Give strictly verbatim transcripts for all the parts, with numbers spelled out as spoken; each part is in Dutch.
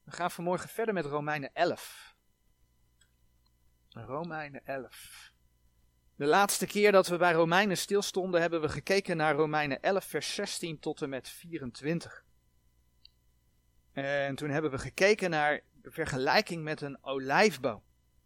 We gaan vanmorgen verder met Romeinen elf. Romeinen elf. De laatste keer dat we bij Romeinen stilstonden hebben we gekeken naar Romeinen elf vers zestien tot en met vierentwintig. En toen hebben we gekeken naar de vergelijking met een olijfboom.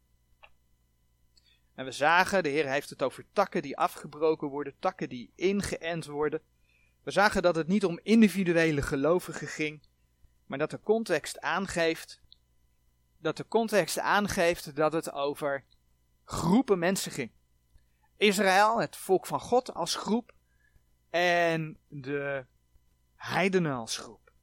En we zagen, de Heer heeft het over takken die afgebroken worden, takken die ingeënt worden. We zagen dat het niet om individuele gelovigen ging, maar dat de context aangeeft, dat de context aangeeft dat het over groepen mensen ging. Israël, het volk van God als groep, en de heidenen als groep.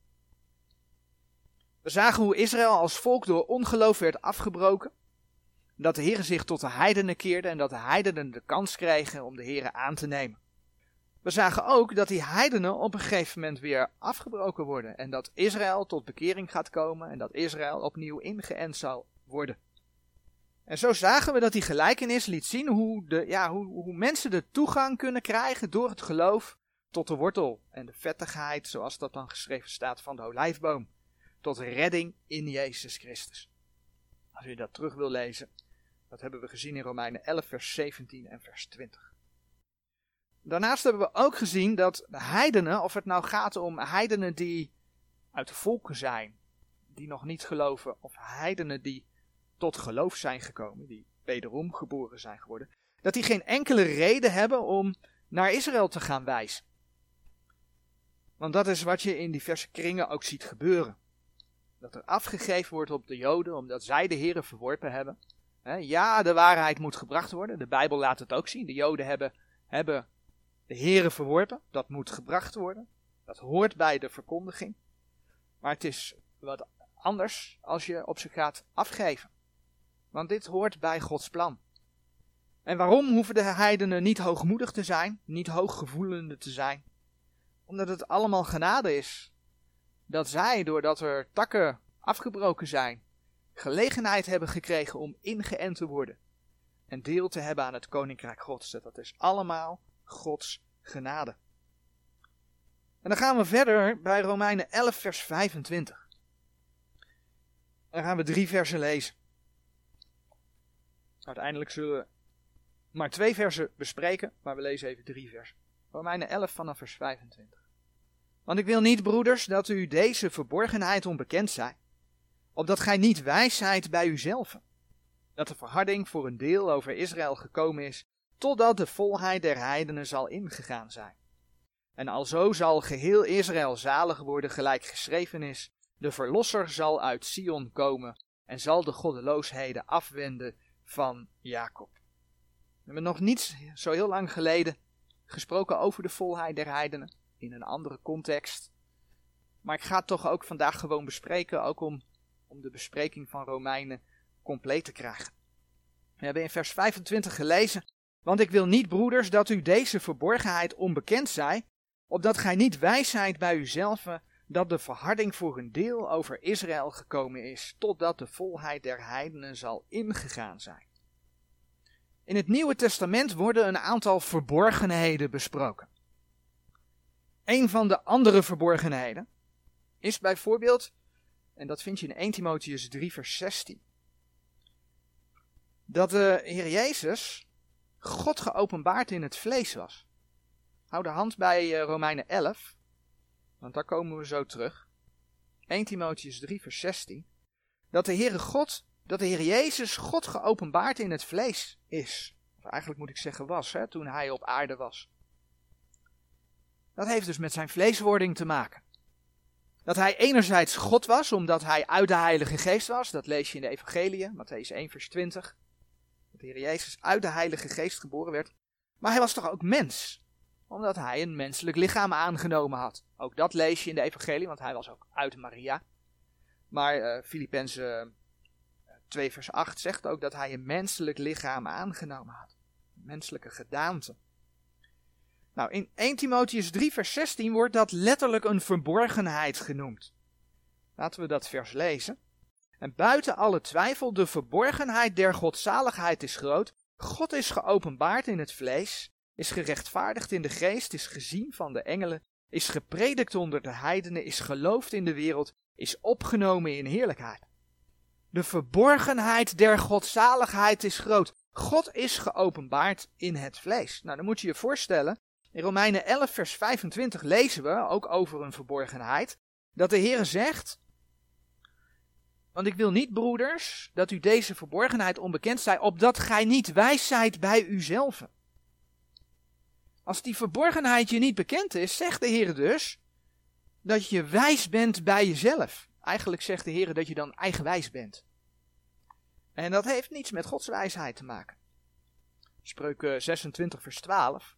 We zagen hoe Israël als volk door ongeloof werd afgebroken. Dat de Heer zich tot de heidenen keerde en dat de heidenen de kans kregen om de Heer aan te nemen. We zagen ook dat die heidenen op een gegeven moment weer afgebroken worden. En dat Israël tot bekering gaat komen en dat Israël opnieuw ingeënt zal worden. En zo zagen we dat die gelijkenis liet zien hoe, de, ja, hoe, hoe mensen de toegang kunnen krijgen door het geloof tot de wortel en de vettigheid, zoals dat dan geschreven staat, van de olijfboom. Tot redding in Jezus Christus. Als u dat terug wil lezen, dat hebben we gezien in Romeinen elf vers zeventien en vers twintig. Daarnaast hebben we ook gezien dat de heidenen, of het nou gaat om heidenen die uit de volken zijn, die nog niet geloven, of heidenen die tot geloof zijn gekomen, die wederom geboren zijn geworden, dat die geen enkele reden hebben om naar Israël te gaan wijzen. Want dat is wat je in diverse kringen ook ziet gebeuren. Dat er afgegeven wordt op de Joden, omdat zij de Here verworpen hebben. Ja, de waarheid moet gebracht worden. De Bijbel laat het ook zien. De Joden hebben, hebben de Here verworpen. Dat moet gebracht worden. Dat hoort bij de verkondiging. Maar het is wat anders als je op ze gaat afgeven. Want dit hoort bij Gods plan. En waarom hoeven de heidenen niet hoogmoedig te zijn, niet hooggevoelende te zijn? Omdat het allemaal genade is. Dat zij, doordat er takken afgebroken zijn, gelegenheid hebben gekregen om ingeënt te worden. En deel te hebben aan het Koninkrijk Gods. Dat is allemaal Gods genade. En dan gaan we verder bij Romeinen elf vers vijfentwintig. Dan gaan we drie versen lezen. Uiteindelijk zullen we maar twee versen bespreken, maar we lezen even drie versen. Romeinen elf vanaf vers vijfentwintig. Want ik wil niet, broeders, dat u deze verborgenheid onbekend zij, opdat gij niet wijs zijt bij uzelven, dat de verharding voor een deel over Israël gekomen is, totdat de volheid der heidenen zal ingegaan zijn. En alzo zal geheel Israël zalig worden, gelijk geschreven is, de verlosser zal uit Sion komen en zal de goddeloosheden afwenden van Jacob. We hebben nog niet zo heel lang geleden gesproken over de volheid der heidenen, in een andere context. Maar ik ga het toch ook vandaag gewoon bespreken, ook om, om de bespreking van Romeinen compleet te krijgen. We hebben in vers vijfentwintig gelezen, want ik wil niet, broeders, dat u deze verborgenheid onbekend zij, opdat gij niet wijs zijt bij uzelven, dat de verharding voor een deel over Israël gekomen is, totdat de volheid der heidenen zal ingegaan zijn. In het Nieuwe Testament worden een aantal verborgenheden besproken. Een van de andere verborgenheden is bijvoorbeeld, en dat vind je in eerste Timotheüs drie vers zestien, dat de Heer Jezus God geopenbaard in het vlees was. Hou de hand bij Romeinen elf, want daar komen we zo terug. eerste Timotheüs drie vers zestien, dat de Heere God, dat de Heer Jezus God geopenbaard in het vlees is. Of eigenlijk moet ik zeggen was, hè, toen hij op aarde was. Dat heeft dus met zijn vleeswording te maken. Dat hij enerzijds God was, omdat hij uit de Heilige Geest was. Dat lees je in de Evangeliën, Mattheüs één vers twintig. Dat de Heer Jezus uit de Heilige Geest geboren werd. Maar hij was toch ook mens, omdat hij een menselijk lichaam aangenomen had. Ook dat lees je in de Evangelie, want hij was ook uit Maria. Maar uh, Filippenzen twee vers acht zegt ook dat hij een menselijk lichaam aangenomen had. Een menselijke gedaante. Nou, in eerste Timotheüs drie vers zestien wordt dat letterlijk een verborgenheid genoemd. Laten we dat vers lezen. En buiten alle twijfel, de verborgenheid der godzaligheid is groot. God is geopenbaard in het vlees, is gerechtvaardigd in de geest, is gezien van de engelen, is gepredikt onder de heidenen, is geloofd in de wereld, is opgenomen in heerlijkheid. De verborgenheid der godzaligheid is groot. God is geopenbaard in het vlees. Nou, dan moet je je voorstellen, in Romeinen elf vers vijfentwintig lezen we, ook over een verborgenheid, dat de Heere zegt, want ik wil niet, broeders, dat u deze verborgenheid onbekend zij, opdat gij niet wijs zijt bij uzelf. Als die verborgenheid je niet bekend is, zegt de Heere dus, dat je wijs bent bij jezelf. Eigenlijk zegt de Heere dat je dan eigenwijs bent. En dat heeft niets met Gods wijsheid te maken. Spreuken zesentwintig vers twaalf.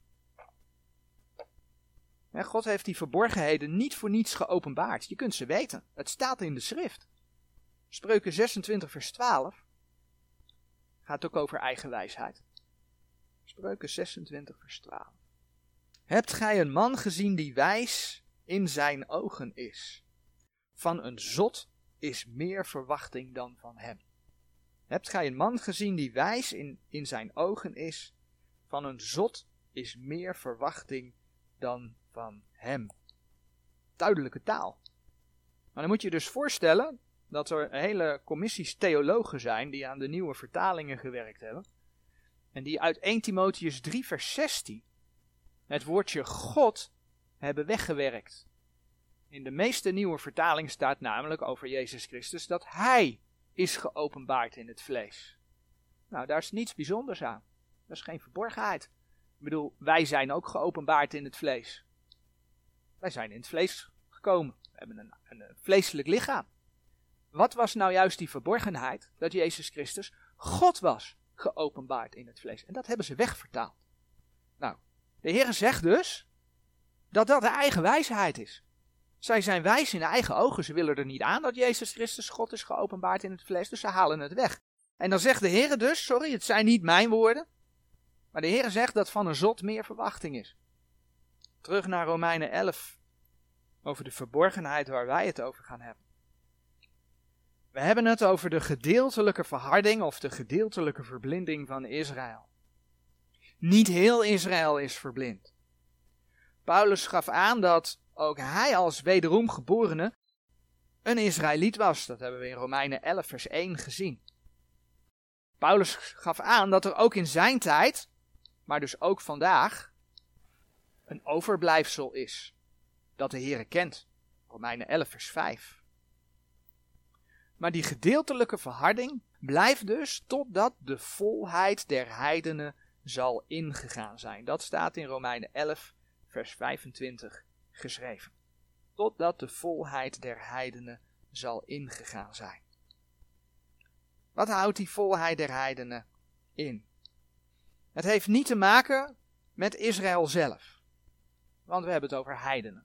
Ja, God heeft die verborgenheden niet voor niets geopenbaard. Je kunt ze weten. Het staat in de schrift. Spreuken zesentwintig vers twaalf. Gaat ook over eigenwijsheid. Spreuken zesentwintig vers twaalf. Hebt gij een man gezien die wijs in zijn ogen is? Van een zot is meer verwachting dan van hem. Hebt gij een man gezien die wijs in, in zijn ogen is? Van een zot is meer verwachting dan van hem. Duidelijke taal. Maar dan moet je je dus voorstellen dat er hele commissies theologen zijn die aan de nieuwe vertalingen gewerkt hebben. En die uit eerste Timotheüs drie vers zestien het woordje God hebben weggewerkt. In de meeste nieuwe vertalingen staat namelijk over Jezus Christus dat Hij is geopenbaard in het vlees. Nou, daar is niets bijzonders aan. Dat is geen verborgenheid. Ik bedoel, wij zijn ook geopenbaard in het vlees. Wij zijn in het vlees gekomen. We hebben een, een vleeselijk lichaam. Wat was nou juist die verborgenheid? Dat Jezus Christus God was geopenbaard in het vlees. En dat hebben ze wegvertaald. Nou, de Heer zegt dus dat dat de eigen wijsheid is. Zij zijn wijs in eigen ogen. Ze willen er niet aan dat Jezus Christus God is geopenbaard in het vlees. Dus ze halen het weg. En dan zegt de Heer dus, sorry, het zijn niet mijn woorden. Maar de Heer zegt dat van een zot meer verwachting is. Terug naar Romeinen elf. Over de verborgenheid waar wij het over gaan hebben. We hebben het over de gedeeltelijke verharding of de gedeeltelijke verblinding van Israël. Niet heel Israël is verblind. Paulus gaf aan dat ook hij als wederom geborene een Israëliet was. Dat hebben we in Romeinen elf vers één gezien. Paulus gaf aan dat er ook in zijn tijd, maar dus ook vandaag, een overblijfsel is. Dat de Heere kent. Romeinen elf vers vijf. Maar die gedeeltelijke verharding blijft dus totdat de volheid der heidenen zal ingegaan zijn. Dat staat in Romeinen elf vers vijfentwintig geschreven. Totdat de volheid der heidenen zal ingegaan zijn. Wat houdt die volheid der heidenen in? Het heeft niet te maken met Israël zelf. Want we hebben het over heidenen.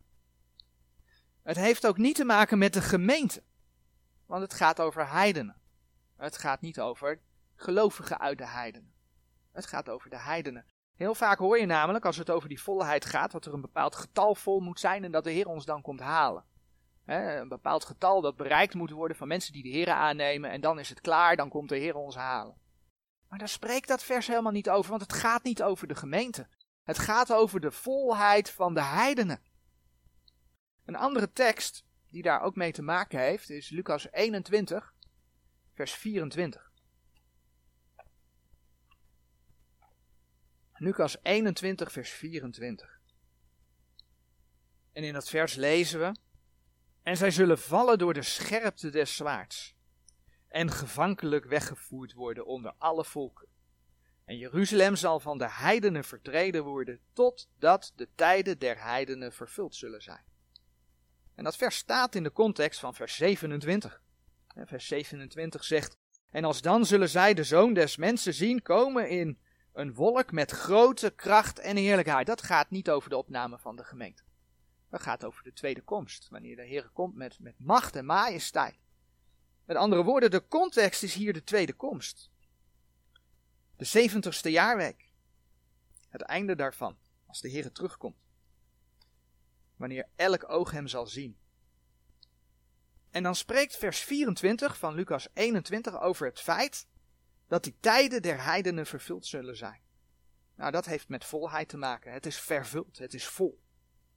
Het heeft ook niet te maken met de gemeente. Want het gaat over heidenen. Het gaat niet over gelovigen uit de heidenen. Het gaat over de heidenen. Heel vaak hoor je namelijk, als het over die volheid gaat, dat er een bepaald getal vol moet zijn en dat de Heer ons dan komt halen. He, een bepaald getal dat bereikt moet worden van mensen die de Heer aannemen en dan is het klaar, dan komt de Heer ons halen. Maar daar spreekt dat vers helemaal niet over, want het gaat niet over de gemeente. Het gaat over de volheid van de heidenen. Een andere tekst die daar ook mee te maken heeft is Lucas eenentwintig, vers vierentwintig. Lucas eenentwintig, vers vierentwintig. En in dat vers lezen we: En zij zullen vallen door de scherpte des zwaards en gevankelijk weggevoerd worden onder alle volken. En Jeruzalem zal van de heidenen vertreden worden, totdat de tijden der heidenen vervuld zullen zijn. En dat vers staat in de context van vers zevenentwintig. En vers zevenentwintig zegt: En alsdan zullen zij de Zoon des Mensen zien komen in een wolk met grote kracht en heerlijkheid. Dat gaat niet over de opname van de gemeente. Dat gaat over de tweede komst, wanneer de Heer komt met, met macht en majesteit. Met andere woorden, de context is hier de tweede komst. De zeventigste jaarweek. Het einde daarvan, als de Heer terugkomt. Wanneer elk oog hem zal zien. En dan spreekt vers vierentwintig van Lucas eenentwintig over het feit dat die tijden der heidenen vervuld zullen zijn. Nou, dat heeft met volheid te maken. Het is vervuld, het is vol.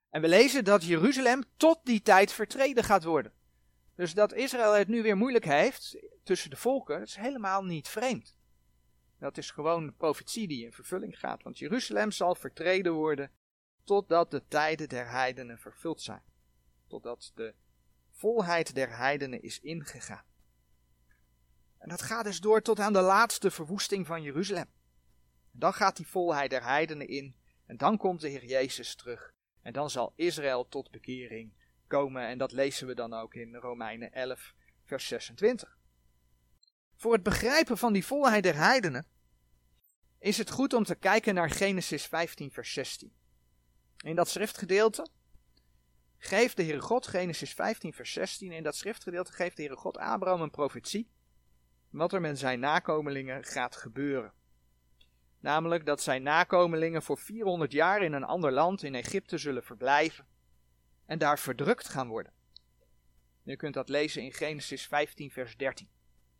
En we lezen dat Jeruzalem tot die tijd vertreden gaat worden. Dus dat Israël het nu weer moeilijk heeft tussen de volken, dat is helemaal niet vreemd. Dat is gewoon de profetie die in vervulling gaat. Want Jeruzalem zal vertreden worden totdat de tijden der heidenen vervuld zijn. Totdat de volheid der heidenen is ingegaan. En dat gaat dus door tot aan de laatste verwoesting van Jeruzalem. En dan gaat die volheid der heidenen in en dan komt de Heer Jezus terug. En dan zal Israël tot bekering komen en dat lezen we dan ook in Romeinen elf vers zesentwintig. Voor het begrijpen van die volheid der heidenen is het goed om te kijken naar Genesis vijftien vers zestien. In dat schriftgedeelte geeft de Heere God, Genesis vijftien vers zestien, in dat schriftgedeelte geeft de Heere God Abraham een profetie wat er met zijn nakomelingen gaat gebeuren. Namelijk dat zijn nakomelingen voor vierhonderd jaar in een ander land, in Egypte, zullen verblijven en daar verdrukt gaan worden. Je kunt dat lezen in Genesis vijftien vers dertien.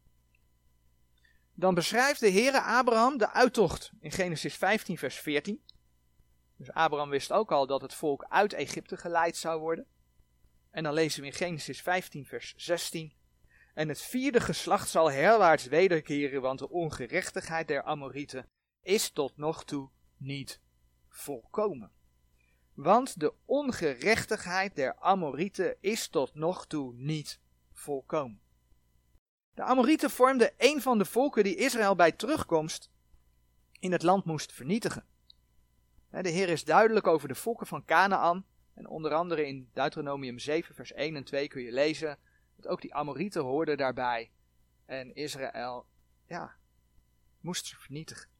Dan beschrijft de Heere Abraham de uittocht in Genesis vijftien vers veertien. Dus Abraham wist ook al dat het volk uit Egypte geleid zou worden. En dan lezen we in Genesis vijftien vers zestien. En het vierde geslacht zal herwaarts wederkeren, want de ongerechtigheid der Amorieten is tot nog toe niet volkomen. Want de ongerechtigheid der Amorieten is tot nog toe niet volkomen. De Amorieten vormden een van de volken die Israël bij terugkomst in het land moest vernietigen. De Heer is duidelijk over de volken van Kanaan. En onder andere in Deuteronomium zeven vers één en twee kun je lezen dat ook die Amorieten hoorden daarbij. En Israël, ja, moest ze vernietigen.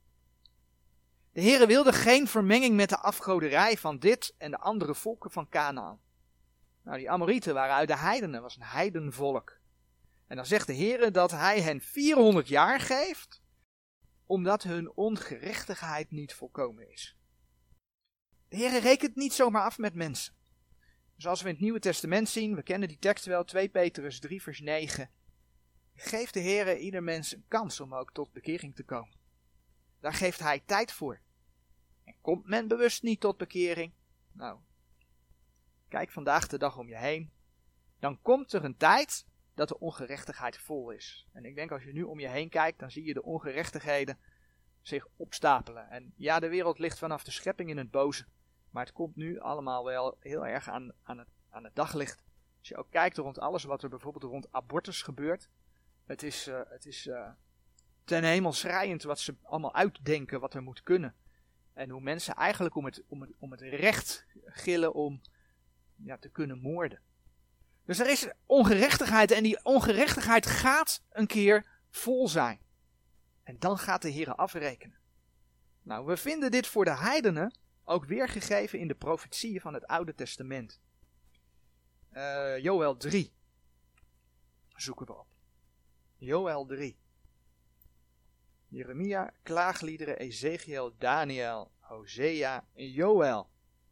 De Heer wilde geen vermenging met de afgoderij van dit en de andere volken van Kanaan. Nou, die Amorieten waren uit de heidenen, was een heidenvolk. En dan zegt de Heer dat hij hen vierhonderd jaar geeft, omdat hun ongerechtigheid niet volkomen is. De Heer rekent niet zomaar af met mensen. Zoals we in het Nieuwe Testament zien, we kennen die tekst wel, twee Petrus drie vers negen. Geeft de Heer ieder mens een kans om ook tot bekering te komen. Daar geeft hij tijd voor. En komt men bewust niet tot bekering? Nou, kijk vandaag de dag om je heen. Dan komt er een tijd dat de ongerechtigheid vol is. En ik denk als je nu om je heen kijkt, dan zie je de ongerechtigheden zich opstapelen. En ja, de wereld ligt vanaf de schepping in het boze. Maar het komt nu allemaal wel heel erg aan, aan, het, aan het daglicht. Als je ook kijkt rond alles wat er bijvoorbeeld rond abortus gebeurt. Het is, uh, het is uh, ten hemel schreiend wat ze allemaal uitdenken wat er moet kunnen. En hoe mensen eigenlijk om het, om het, om het recht gillen om ja, te kunnen moorden. Dus er is ongerechtigheid en die ongerechtigheid gaat een keer vol zijn. En dan gaat de Heer afrekenen. Nou, we vinden dit voor de heidenen ook weergegeven in de profetieën van het Oude Testament. Uh, Joël drie zoeken we op. Joël drie. Jeremia, klaagliederen, Ezekiel, Daniel, Hosea en Joël.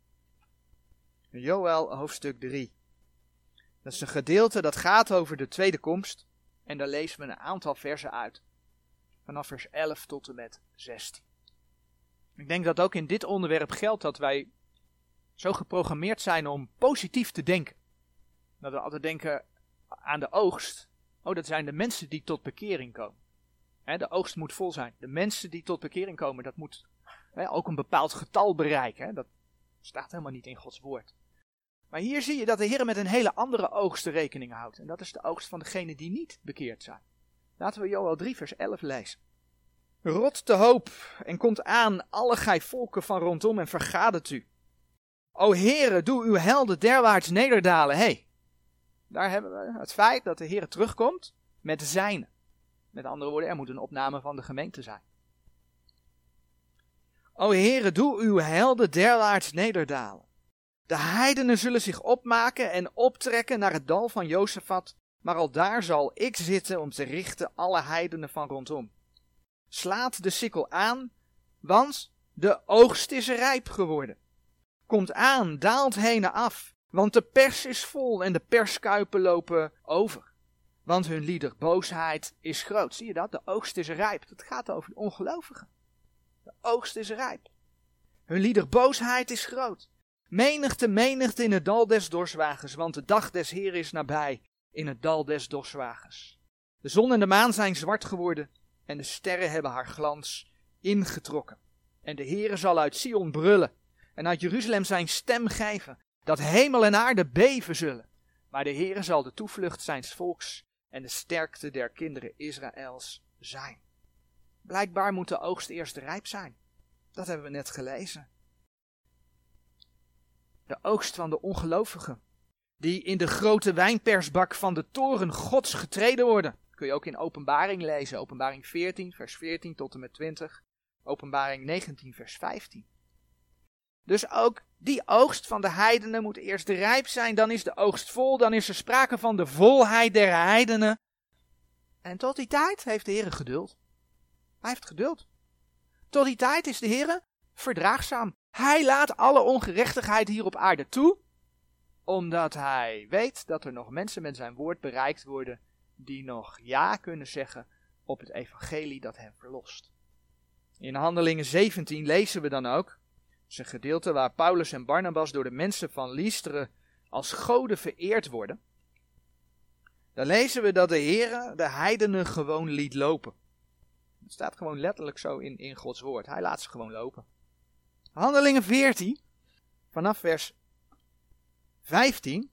Joël hoofdstuk drie. Dat is een gedeelte dat gaat over de tweede komst. En daar lezen we een aantal versen uit. Vanaf vers elf tot en met zestien. Ik denk dat ook in dit onderwerp geldt dat wij zo geprogrammeerd zijn om positief te denken. Dat we altijd denken aan de oogst. Oh, dat zijn de mensen die tot bekering komen. He, de oogst moet vol zijn. De mensen die tot bekering komen, dat moet he, ook een bepaald getal bereiken. He. Dat staat helemaal niet in Gods woord. Maar hier zie je dat de Heer met een hele andere oogst rekening houdt. En dat is de oogst van degenen die niet bekeerd zijn. Laten we Joël drie vers elf lezen. Rot de hoop en komt aan, alle gij volken van rondom en vergadert u. O Heere, doe uw helden derwaarts nederdalen. Hé, hey, daar hebben we het feit dat de Heer terugkomt met de zijnen. Met andere woorden, er moet een opname van de gemeente zijn. O Heere, doe uw helden derwaarts nederdalen. De heidenen zullen zich opmaken en optrekken naar het dal van Josafat, maar al daar zal ik zitten om te richten alle heidenen van rondom. Slaat de sikkel aan, want de oogst is rijp geworden. Komt aan, daalt heen af, want de pers is vol en de perskuipen lopen over. Want hun liederboosheid is groot. Zie je dat? De oogst is rijp. Het gaat over de ongelovigen. De oogst is rijp. Hun liederboosheid is groot. Menigte, menigte in het dal des dorswagens, want de dag des Heeren is nabij in het dal des dorswagens. De zon en de maan zijn zwart geworden en de sterren hebben haar glans ingetrokken. En de Heere zal uit Sion brullen en uit Jeruzalem zijn stem geven, dat hemel en aarde beven zullen. Maar de Heere zal de toevlucht zijns volks en de sterkte der kinderen Israëls zijn. Blijkbaar moet de oogst eerst rijp zijn. Dat hebben we net gelezen. De oogst van de ongelovigen, die in de grote wijnpersbak van de toren Gods getreden worden. Kun je ook in Openbaring lezen, Openbaring veertien, vers veertien tot en met twintig, Openbaring negentien, vers vijftien. Dus ook die oogst van de heidenen moet eerst rijp zijn, dan is de oogst vol, dan is er sprake van de volheid der heidenen. En tot die tijd heeft de Heere geduld. Hij heeft geduld. Tot die tijd is de Heere verdraagzaam. Hij laat alle ongerechtigheid hier op aarde toe, omdat hij weet dat er nog mensen met zijn woord bereikt worden die nog ja kunnen zeggen op het evangelie dat hen verlost. In Handelingen zeventien lezen we dan ook, dat is een gedeelte waar Paulus en Barnabas door de mensen van Lystra als goden vereerd worden. Dan lezen we dat de Heere de heidenen gewoon liet lopen. Het staat gewoon letterlijk zo in, in Gods woord. Hij laat ze gewoon lopen. Handelingen veertien, vanaf vers vijftien.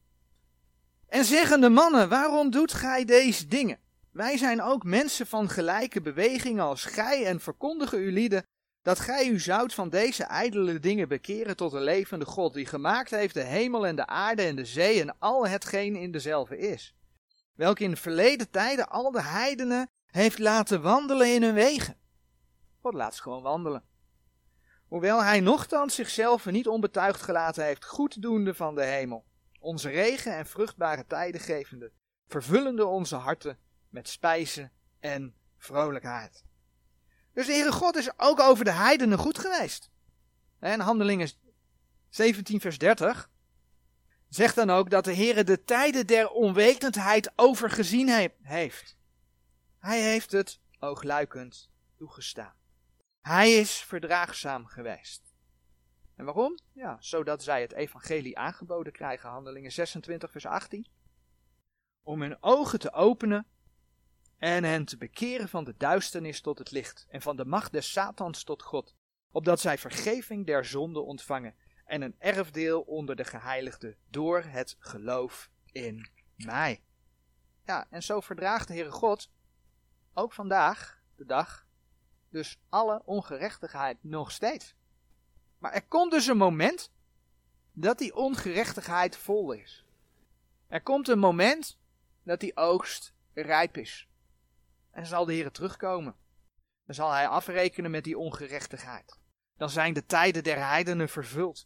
En zeggen de mannen, waarom doet gij deze dingen? Wij zijn ook mensen van gelijke bewegingen als gij en verkondigen u lieden dat gij u zoudt van deze ijdele dingen bekeren tot de levende God, die gemaakt heeft de hemel en de aarde en de zee en al hetgeen in dezelve is. Welke in de verleden tijden al de heidenen heeft laten wandelen in hun wegen. God laat ze gewoon wandelen. Hoewel hij nochtans zichzelf niet onbetuigd gelaten heeft, goeddoende van de hemel, onze regen en vruchtbare tijden gevende, vervullende onze harten met spijzen en vrolijkheid. Dus de Heere God is ook over de heidenen goed geweest. En Handelingen zeventien vers dertig zegt dan ook dat de Heere de tijden der onwetendheid overgezien he- heeft. Hij heeft het oogluikend toegestaan. Hij is verdraagzaam geweest. En waarom? Ja, zodat zij het evangelie aangeboden krijgen, Handelingen zesentwintig vers achttien. Om hun ogen te openen en hen te bekeren van de duisternis tot het licht en van de macht des Satans tot God, opdat zij vergeving der zonde ontvangen en een erfdeel onder de geheiligden door het geloof in mij. Ja, en zo verdraagt de Heere God ook vandaag de dag dus alle ongerechtigheid nog steeds. Maar er komt dus een moment dat die ongerechtigheid vol is. Er komt een moment dat die oogst rijp is. En dan zal de Heer terugkomen. Dan zal hij afrekenen met die ongerechtigheid. Dan zijn de tijden der heidenen vervuld.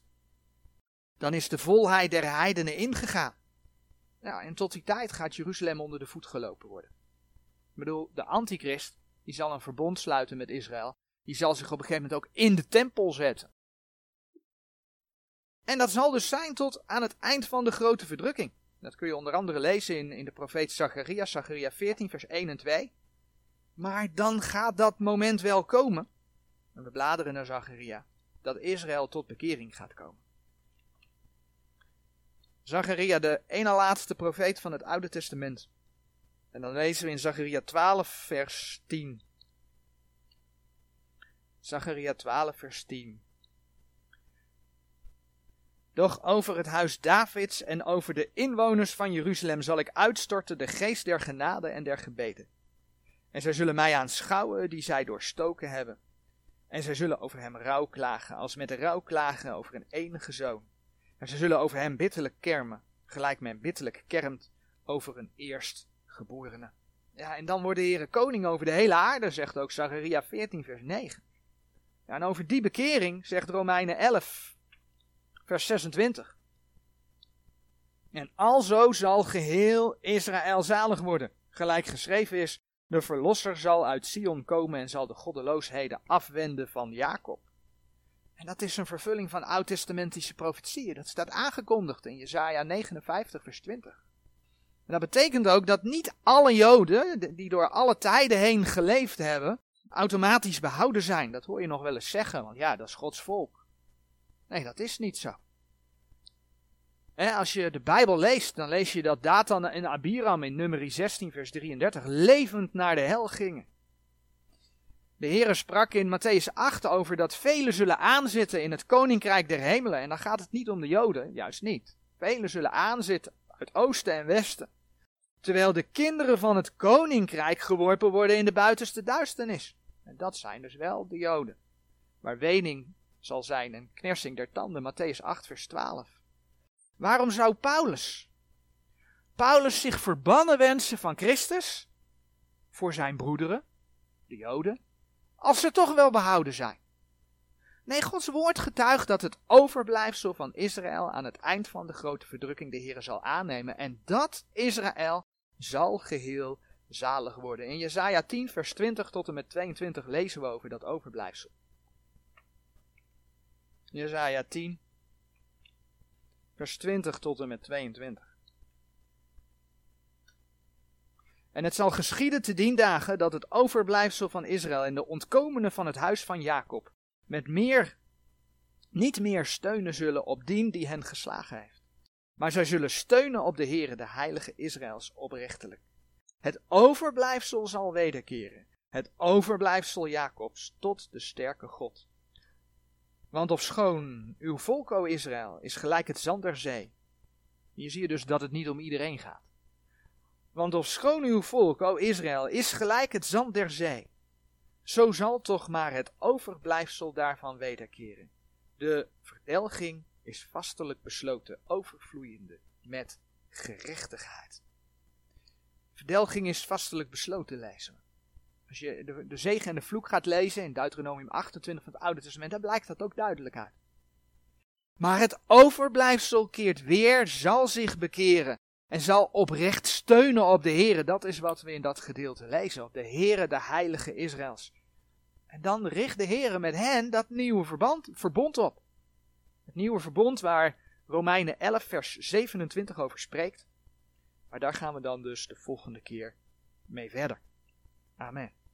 Dan is de volheid der heidenen ingegaan. Ja, en tot die tijd gaat Jeruzalem onder de voet gelopen worden. Ik bedoel, de antichrist, die zal een verbond sluiten met Israël. Die zal zich op een gegeven moment ook in de tempel zetten. En dat zal dus zijn tot aan het eind van de grote verdrukking. Dat kun je onder andere lezen in, in de profeet Zacharia, Zacharia veertien vers één en twee. Maar dan gaat dat moment wel komen. En we bladeren naar Zacharia. Dat Israël tot bekering gaat komen. Zacharia, de ene laatste profeet van het Oude Testament. En dan lezen we in Zacharia twaalf vers tien. Zacharia twaalf vers tien. Doch over het huis Davids en over de inwoners van Jeruzalem zal ik uitstorten de geest der genade en der gebeden. En zij zullen mij aanschouwen die zij doorstoken hebben. En zij zullen over hem rouw klagen, als met rouw klagen over een enige zoon. En zij zullen over hem bitterlijk kermen, gelijk men bitterlijk kermt over een eerstgeborene. Ja, en dan wordt de Heere koning over de hele aarde, zegt ook Zacharia veertien vers negen. Ja, en over die bekering zegt Romeinen elf vers zesentwintig. En alzo zal geheel Israël zalig worden, gelijk geschreven is, de verlosser zal uit Sion komen en zal de goddeloosheden afwenden van Jacob. En dat is een vervulling van oud-testamentische profetieën. Dat staat aangekondigd in Jesaja negenenvijftig vers twintig. En dat betekent ook dat niet alle Joden, die door alle tijden heen geleefd hebben, automatisch behouden zijn. Dat hoor je nog wel eens zeggen, want ja, dat is Gods volk. Nee, dat is niet zo. He, als je de Bijbel leest, dan lees je dat Dathan en Abiram in Numeri zestien vers drieëndertig levend naar de hel gingen. De Heere sprak in Matthäus acht over dat velen zullen aanzitten in het koninkrijk der hemelen. En dan gaat het niet om de Joden, juist niet. Velen zullen aanzitten uit oosten en westen. Terwijl de kinderen van het koninkrijk geworpen worden in de buitenste duisternis. En dat zijn dus wel de Joden. Waar wening zal zijn en knersing der tanden, Matthäus acht vers twaalf. Waarom zou Paulus, Paulus zich verbannen wensen van Christus voor zijn broederen, de Joden, als ze toch wel behouden zijn? Nee, Gods woord getuigt dat het overblijfsel van Israël aan het eind van de grote verdrukking de Heere zal aannemen. En dat Israël zal geheel zalig worden. In Jesaja tien vers twintig tot en met tweeëntwintig lezen we over dat overblijfsel. Jesaja tien vers twintig tot en met tweeëntwintig. En het zal geschieden te dien dagen dat het overblijfsel van Israël en de ontkomenen van het huis van Jacob met meer, niet meer steunen zullen op dien die hen geslagen heeft. Maar zij zullen steunen op de Heere, de heilige Israëls, oprechtelijk. Het overblijfsel zal wederkeren, het overblijfsel Jacobs, tot de sterke God. Want ofschoon uw volk, o Israël, is gelijk het zand der zee. Hier zie je dus dat het niet om iedereen gaat. Want ofschoon uw volk, o Israël, is gelijk het zand der zee, zo zal toch maar het overblijfsel daarvan wederkeren. De verdelging is vastelijk besloten, overvloeiende met gerechtigheid. Verdelging is vastelijk besloten, lezen we. Als je de, de zegen en de vloek gaat lezen in Deuteronomium achtentwintig van het Oude Testament, dan blijkt dat ook duidelijk uit. Maar het overblijfsel keert weer, zal zich bekeren en zal oprecht steunen op de Heere. Dat is wat we in dat gedeelte lezen, op de Heere, de heilige Israëls. En dan richt de Heere met hen dat nieuwe verband, verbond op. Het nieuwe verbond waar Romeinen elf vers zevenentwintig over spreekt. Maar daar gaan we dan dus de volgende keer mee verder. Amen.